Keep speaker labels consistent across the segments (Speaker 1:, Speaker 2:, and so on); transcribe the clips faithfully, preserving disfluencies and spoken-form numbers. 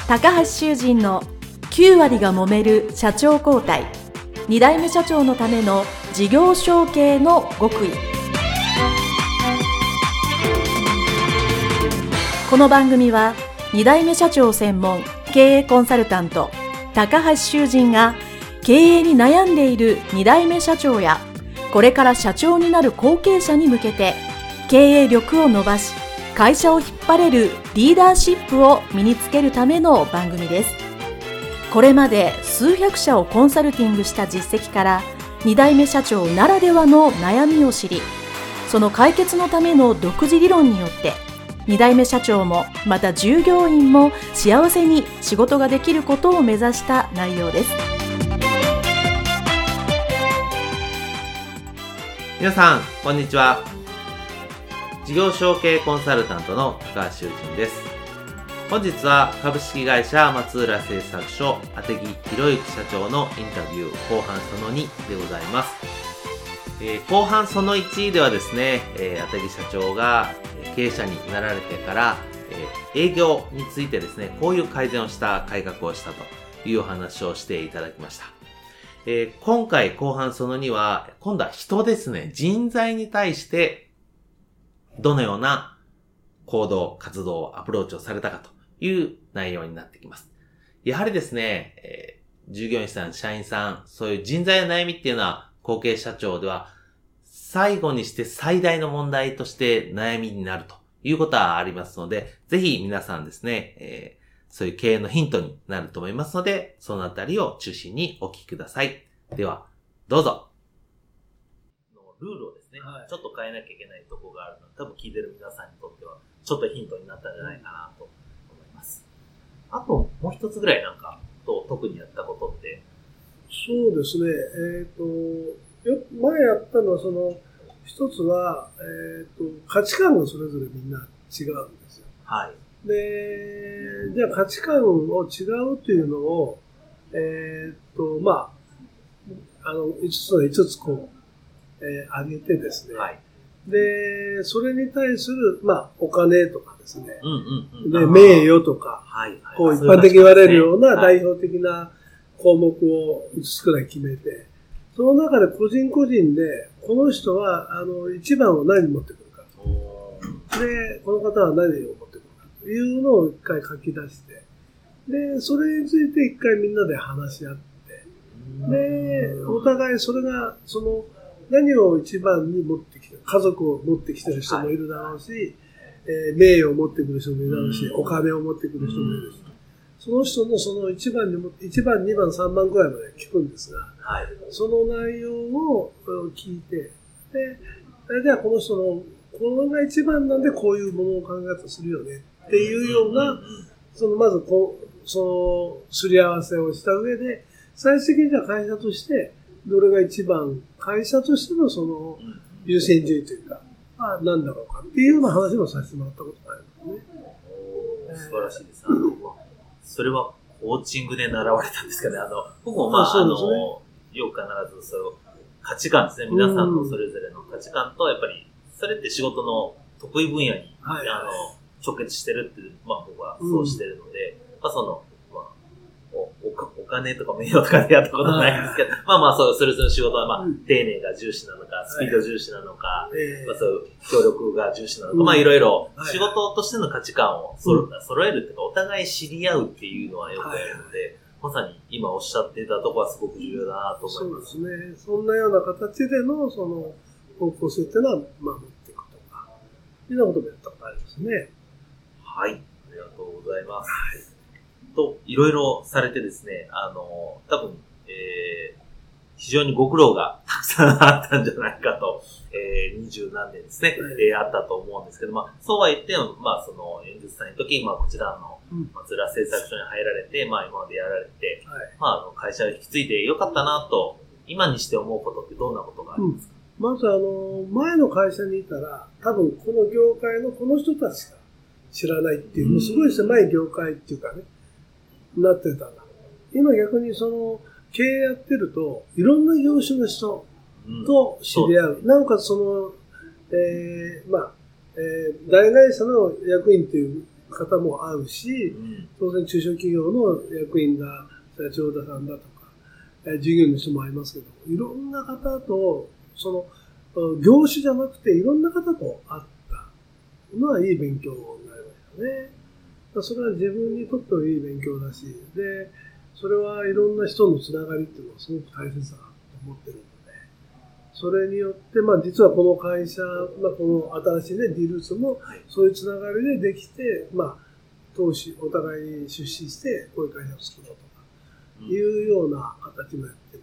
Speaker 1: 高橋修人のきゅう割が揉める社長交代、に代目社長のための事業承継の極意。この番組はに代目社長専門経営コンサルタント高橋修人が経営に悩んでいるに代目社長やこれから社長になる後継者に向けて経営力を伸ばし会社を引っ張れるリーダーシップを身につけるための番組です。これまで数百社をコンサルティングした実績からに代目社長ならではの悩みを知り、その解決のための独自理論によってに代目社長もまた従業員も幸せに仕事ができることを目指した内容です。
Speaker 2: 皆さんこんにちは。事業承継コンサルタントの高橋修人です。本日は株式会社松浦製作所厚木博之社長のインタビュー後半そのにでございます。えー、後半そのいちではですね、えー、厚木社長が経営者になられてから、えー、営業についてですね、こういう改善をした改革をしたというお話をしていただきました。えー、今回後半そのには今度は人ですね、人材に対してどのような行動、活動、アプローチをされたかという内容になってきます。やはりですね、えー、従業員さん、社員さん、そういう人材の悩みっていうのは後継社長では最後にして最大の問題として悩みになるということはありますので、ぜひ皆さんですね、えー、そういう経営のヒントになると思いますので、そのあたりを中心にお聞きください。では、どうぞ。ルールをですね、はい、ちょっと変えなきゃいけないところがあるので、多分聞いてる皆さんにとってはちょっとヒントになったんじゃないかなと思います。あともう一つぐらいなんかと特にやったことって。
Speaker 3: そうですね。えっ、ー、とよ前やったのはその一つは、えー、と価値観がそれぞれみんな違うんですよ。
Speaker 2: はい。
Speaker 3: で、じゃあ価値観を違うというのをえっ、ー、とまああのいつつのいつつこうえー、上げてですね、はい、でそれに対する、まあ、お金とかですね、
Speaker 2: うんうんうん、
Speaker 3: で名誉とか、
Speaker 2: はいはい、
Speaker 3: こう一般的に言われるような代表的な項目をいつつくらい決めて、その中で個人個人でこの人はあの一番を何持ってくるかと、でこの方は何を持ってくるかというのを一回書き出して、でそれについて一回みんなで話し合って、でお互いそれがその何を一番に持ってきてる、家族を持ってきてる人もいるだろうし、はい、えー、名誉を持ってくる人もいるだろうし、お金を持ってくる人もいるし、その人のその一番にも、一番、二番、三番くらいまで聞くんですが、はい、その内容を聞いて、で、じゃあこの人の、これが一番なんでこういうものを考え方するよねっていうような、そのまずこう、そのすり合わせをした上で、最終的にじゃあ会社として、どれが一番、会社としてのその優先順位というか、まあ、何だろうかっていうような話もさせてもらったことがありますね。
Speaker 2: おー、素晴らしいです。あの、それはコーチングで習われたんですかね。あの、僕もまあ、あの、よく必ずその価値観ですね。皆さんのそれぞれの価値観と、やっぱり、それって仕事の得意分野に、はい、あの、直結してるっていう、まあ僕はそうしてるので、うん、まあその、お, お金とか名誉とかでやったことないんですけど、まあまあそう、それぞれの仕事はまあ、うん、丁寧が重視なのか、スピード重視なのか、はい、まあそういう協力が重視なのか、うん、まあいろいろ仕事としての価値観をそろ、うん、揃えるっていうか、お互い知り合うっていうのはよくやるので、はい、まさに今おっしゃっていたところはすごく重要だなと思います。
Speaker 3: そうですね。そんなような形でのその方向性っていうのは、まあ持っていくとか、いうようなこともやったことありますね。
Speaker 2: はい。ありがとうございます。はい。と、いろいろされてですね、あの、多分、えー、非常にご苦労がたくさんあったんじゃないかと、えー、二十何年ですね、はい、えー、あったと思うんですけど、まあ、そうは言っても、まあ、その、よんじゅっさいの時、まあ、こちらの松浦製作所に入られて、うん、まあ、今までやられて、はい、まあ、あの、会社を引き継いでよかったなと、今にして思うことってどんなことがありますか？
Speaker 3: うん、まず、あの、前の会社にいたら、多分、この業界のこの人たちしか知らないっていう、もうすごい狭い業界っていうかね、なってたんだ。今逆にその経営やってるといろんな業種の人と知り合う。うん、なおかつその、えー、まあ、えー、大会社の役員という方も会うし、
Speaker 2: うん、
Speaker 3: 当然中小企業の役員だ、社長ださんだとか、従業員の人も会いますけど、いろんな方と、その、業種じゃなくていろんな方と会ったのはいい勉強になりましたね。それは自分にとってもいい勉強だし、で、それはいろんな人のつながりっていうのはすごく大切だなと思ってるので、それによって、まあ実はこの会社、まあこの新しいね、ディルーツもそういうつながりでできて、まあ投資、お互いに出資してこういう会社を作ろうとか、いうような形もやっています。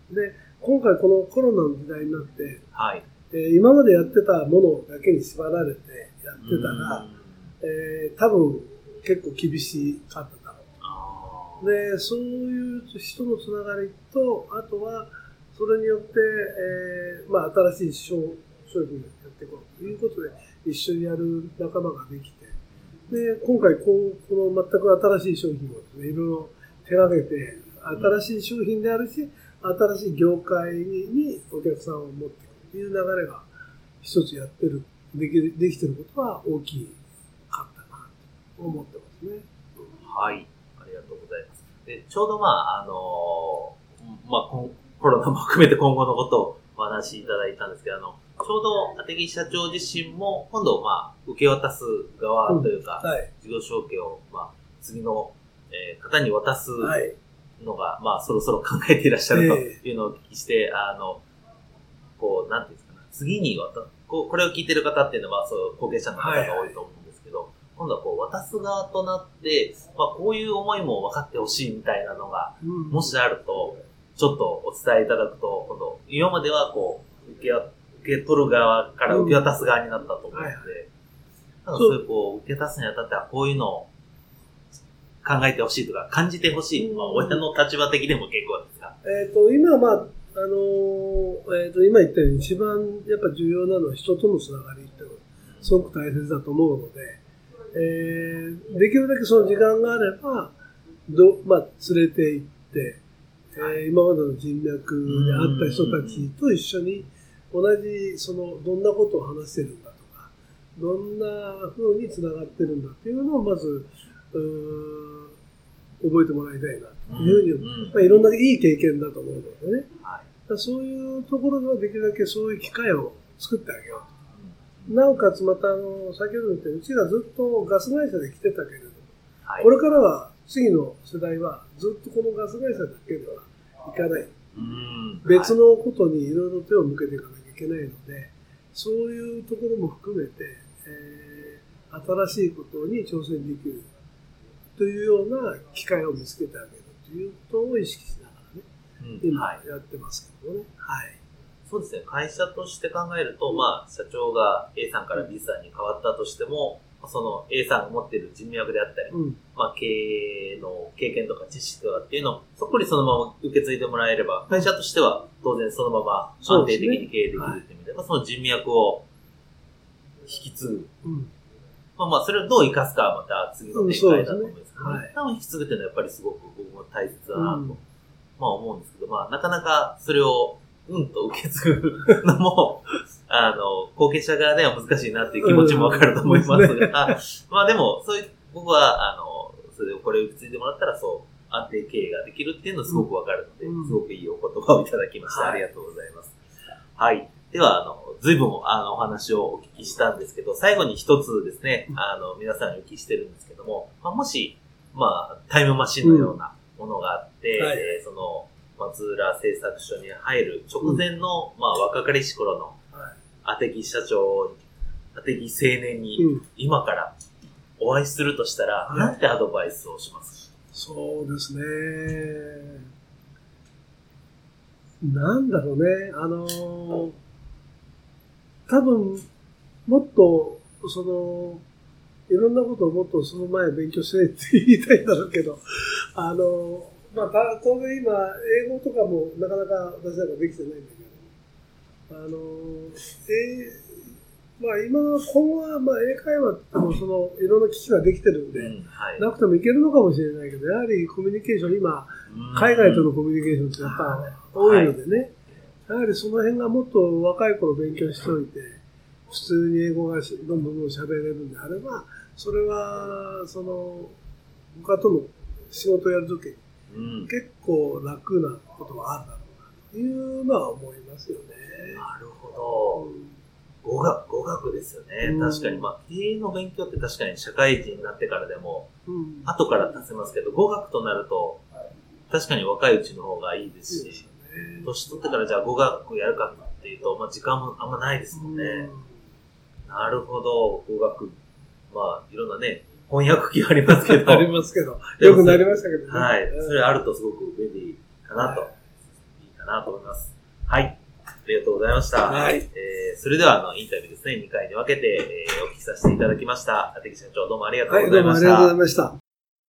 Speaker 3: で、今回このコロナの時代になって、はい、えー、今までやってたものだけに縛られてやってたら、えー、多分結構厳しかっただろう。で、そういう人のつながりと、あとは、それによって、えー、まあ、新しい商商品をやっていこうということで、一緒にやる仲間ができて、で、今回こう、この全く新しい商品をですね、いろいろ手がけて、新しい商品であるし、新しい業界にお客さんを持っていくという流れが一つやってる、できる、できてることは大きかったなと思ってますね。
Speaker 2: はい。ありがとうございます。で、ちょうどまあ、あのー、まあ、コロナも含めて今後のことをお話しいただいたんですけど、あの、ちょうど茂木社長自身も今度、まあ、受け渡す側というか、うん、はい、事業承継を、まあ、次の、えー、方に渡すのが、はい、まあ、そろそろ考えていらっしゃるというのをお聞きして、えー、あの、こう、なんていうんですかね、次に渡、こう、これを聞いてる方っていうのは、そう、後継者の方が多いと思うんですけど、はいはい、今度はこう、渡す側となって、まあ、こういう思いも分かってほしいみたいなのが、うん、もしあると、ちょっとお伝えいただくと、今度、今まではこう、受け、受け取る側から受け渡す側になったと思うので、うん、はい、なんかそういうこう、受け渡すにあたっては、こういうのを考えてほしいとか、感じてほしい、うん、まあ、親の立場的でも結構ですが。
Speaker 3: えっと、今まあ、あのー、えっと、今言ったように一番やっぱ重要なのは人とのつながりっていうのがすごく大切だと思うので、えー、できるだけその時間があれば、ど、まあ、連れて行って、えー、今までの人脈であった人たちと一緒に同じ、その、どんなことを話してるんだとか、どんな風に繋がってるんだっていうのをまず、うー覚えてもらいたいなというふうに、まあ、いろんないい経験だと思うのでね。はい、だそういうところではできるだけそういう機会を作ってあげようと。なおかつまた、あの、先ほど言ったように、うちがずっとガス会社で来てたけれども、はい、これからは次の世代はずっとこのガス会社だけではいかない。うん、別のことにいろいろ手を向けていかなきゃいけないので、そういうところも含めて、えー、新しいことに挑戦できるというような機会を見つけてあげるということを意識しながらね、うん、今やってますけどね。はい。
Speaker 2: そうですね。会社として考えると、まあ、社長が A さんから B さんに変わったとしても、その A さんが持っている人脈であったり、うん、まあ経営の経験とか知識とかっていうのをそっくりそのまま受け継いでもらえれば、会社としては当然そのまま安定的に経営できるっていう意味で、まあ、その人脈を引き継ぐ。うん、まあまあそれをどう生かすかはまた次の展開だと思うんですけど、ね、多分引き継ぐっていうのはやっぱりすごく僕も大切だなと、うん、まあ思うんですけど、まあなかなかそれをうんと受け継ぐのも、あの、後継者側では難しいなっていう気持ちもわかると思いますが、うんね、まあでも、そういう、僕は、あの、それをこれを受け継いでもらったら、そう、安定経営ができるっていうのすごくわかるので、うん、すごくいいお言葉をいただきました。はい、ありがとうございます。はい。では、あの、随分、あの、お話をお聞きしたんですけど、最後に一つですね、あの、皆さんにお聞きしてるんですけども、まあ、もし、まあ、タイムマシンのようなものがあって、うんはい、えー、その、松浦製作所に入る直前の、うん、まあ、若かりし頃の、茂木社長、茂木青年に今からお会いするとしたら、うん、なんてアドバイスをしますか？
Speaker 3: そうですね。なんだろうね。あのー、多分、もっと、その、いろんなことをもっとその前勉強してって言いたいんだろうけど、あのー、まあ、当然今、英語とかもなかなか私なんかできてないんだけど、あの、えー、まあ今、今後は、まあ英会話ってもその、いろんな機器ができてるんで、うんはい、なくてもいけるのかもしれないけど、やはりコミュニケーション、今、海外とのコミュニケーションってやっぱ多いのでね、はい、やはりその辺がもっと若い頃勉強しておいて、 普通に英語がどんどんどん喋れるんであれば、それは、その、他との仕事をやるときに、うん、結構楽なことはあるだろうな、というのは思いますよね。
Speaker 4: なるほど。うん語学、語学ですよね。うん、確かに、まあ、経営の勉強って確かに社会人になってからでも、うん、後から足せますけど、語学となると、確かに若いうちの方がいいですし、うん、年取ってからじゃあ語学やるかっていうと、まあ、時間もあんまないですもんね。うん、なるほど、語学。まあ、いろんなね、翻訳機ありますけど。
Speaker 3: ありますけど。よくなりましたけどね。
Speaker 4: はい。それあるとすごく便利かなと、はい、いいかなと思います。はい。ありがとうございました。はい。えー、それでは、あの、インタビューですね、にかいに分けて、えー、お聞きさせていただきました。立木社長、どうもありがとうございました。
Speaker 3: はい、どうもありがとうございました。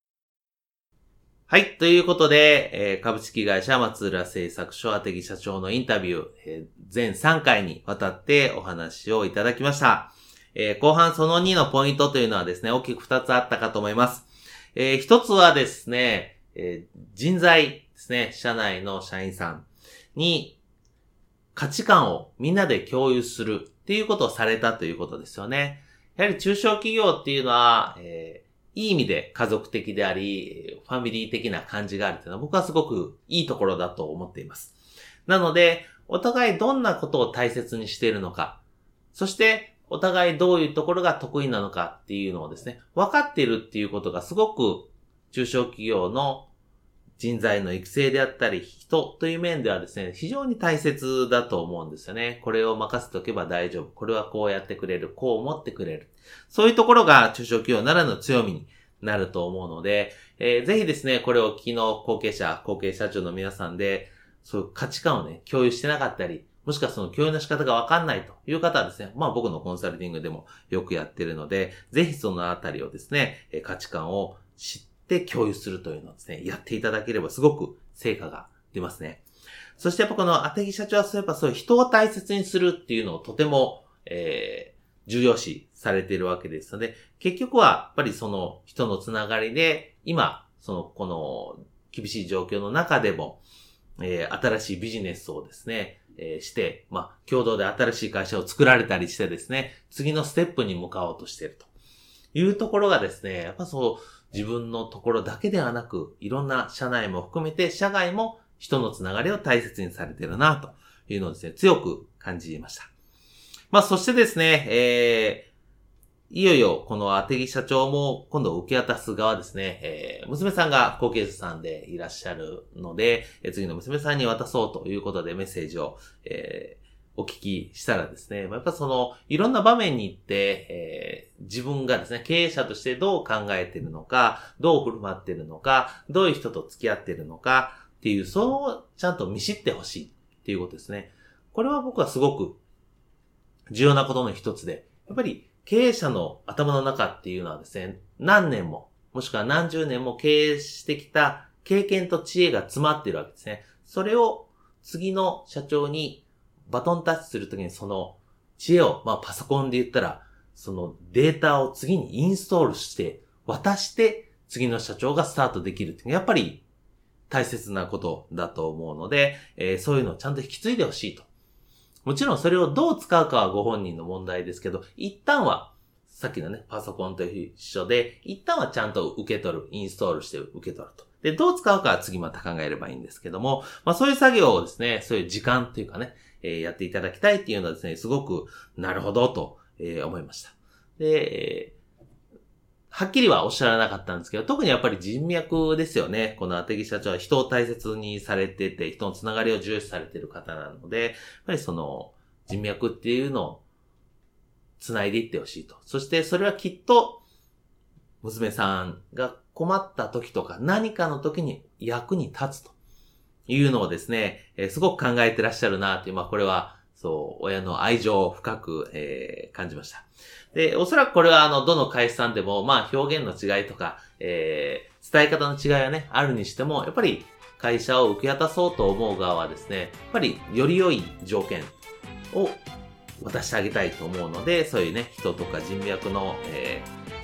Speaker 2: はい。ということで、えー、株式会社松浦製作所立木社長のインタビュー、えー、全さんかいにわたってお話をいただきました。えー、後半そのにのポイントというのはですね、大きくふたつあったかと思います。えー、ひとつはですね、えー、人材ですね、社内の社員さんに、価値観をみんなで共有するっていうことをされたということですよね。やはり中小企業っていうのは、えー、いい意味で家族的であり、ファミリー的な感じがあるというのは僕はすごくいいところだと思っています。なので、お互いどんなことを大切にしているのか、そしてお互いどういうところが得意なのかっていうのをですね、分かっているっていうことがすごく中小企業の人材の育成であったり、人という面ではですね、非常に大切だと思うんですよね。これを任せておけば大丈夫。これはこうやってくれる。こう思ってくれる。そういうところが中小企業ならの強みになると思うので、えー、ぜひですね、これをお聞きの後継者、後継社長の皆さんで、そういう価値観をね、共有してなかったり、もしくはその共有の仕方がわかんないという方はですね、まあ僕のコンサルティングでもよくやってるので、ぜひそのあたりをですね、価値観を知ってで共有するというのをですね、やっていただければすごく成果が出ますね。そしてやっぱこの立木社長はそういえばそういう人を大切にするっていうのをとても、えー、重要視されているわけですので、結局はやっぱりその人のつながりで、今、そのこの厳しい状況の中でも、えー、新しいビジネスをですね、えー、して、まあ、共同で新しい会社を作られたりしてですね、次のステップに向かおうとしているというところがですね、やっぱそう、自分のところだけではなく、いろんな社内も含めて、社外も人のつながりを大切にされているな、というのをですね、強く感じました。まあ、そしてですね、えー、いよいよ、この立木社長も、今度受け渡す側ですね、えー、娘さんが後継者さんでいらっしゃるので、次の娘さんに渡そうということでメッセージを、えーお聞きしたらですね、やっぱその、いろんな場面に行って、えー、自分がですね、経営者としてどう考えているのか、どう振る舞っているのか、どういう人と付き合っているのかっていう、それをちゃんと見知ってほしいっていうことですね。これは僕はすごく重要なことの一つで、やっぱり経営者の頭の中っていうのはですね、何年も、もしくは何十年も経営してきた経験と知恵が詰まっているわけですね。それを次の社長にバトンタッチするときにその知恵を、まあパソコンで言ったら、そのデータを次にインストールして渡して次の社長がスタートできるっていうのはやっぱり大切なことだと思うので、えー、そういうのをちゃんと引き継いでほしいと。もちろんそれをどう使うかはご本人の問題ですけど、一旦はさっきのね、パソコンと一緒で、一旦はちゃんと受け取る、インストールして受け取ると。で、どう使うかは次また考えればいいんですけども、まあそういう作業をですね、そういう時間というかね、えー、やっていただきたいっていうのはですね、すごくなるほどと、えー、思いました。で、えー、はっきりはおっしゃらなかったんですけど、特にやっぱり人脈ですよね。この立木社長は人を大切にされてて、人のつながりを重視されている方なので、やっぱりその人脈っていうのを繋いでいってほしいと。そしてそれはきっと、娘さんが困った時とか何かの時に役に立つと。いうのをですね、えー、すごく考えてらっしゃるなっていう、まあこれは、そう、親の愛情を深く、えー、感じました。で、おそらくこれはあの、どの会社さんでも、まあ表現の違いとか、えー、伝え方の違いはね、あるにしても、やっぱり会社を受け渡そうと思う側はですね、やっぱりより良い条件を渡してあげたいと思うので、そういうね、人とか人脈の、えー、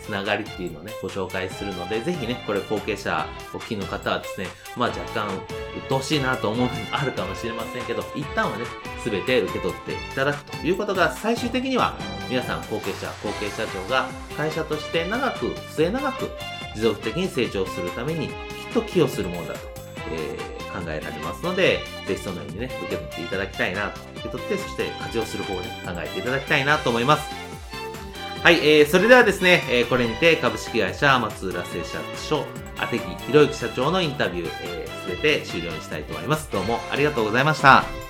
Speaker 2: つながりっていうのをね、ご紹介するので、ぜひね、これ後継者お聞きの方はですね、まあ若干、鬱陶しいなと思う部分もあるかもしれませんけど、一旦はね、すべて受け取っていただくということが、最終的には、皆さん後継者、後継社長が会社として長く、末長く、持続的に成長するために、きっと寄与するものだと、えー考えられますので、ぜひそのようにね、受け取っていただきたいなと、受け取って、そして活用する方をね、考えていただきたいなと思います。はい、えー、それではですね、えー、これにて株式会社松浦製作所、茂木博之社長のインタビュー、えー、すべて終了にしたいと思います。どうもありがとうございました。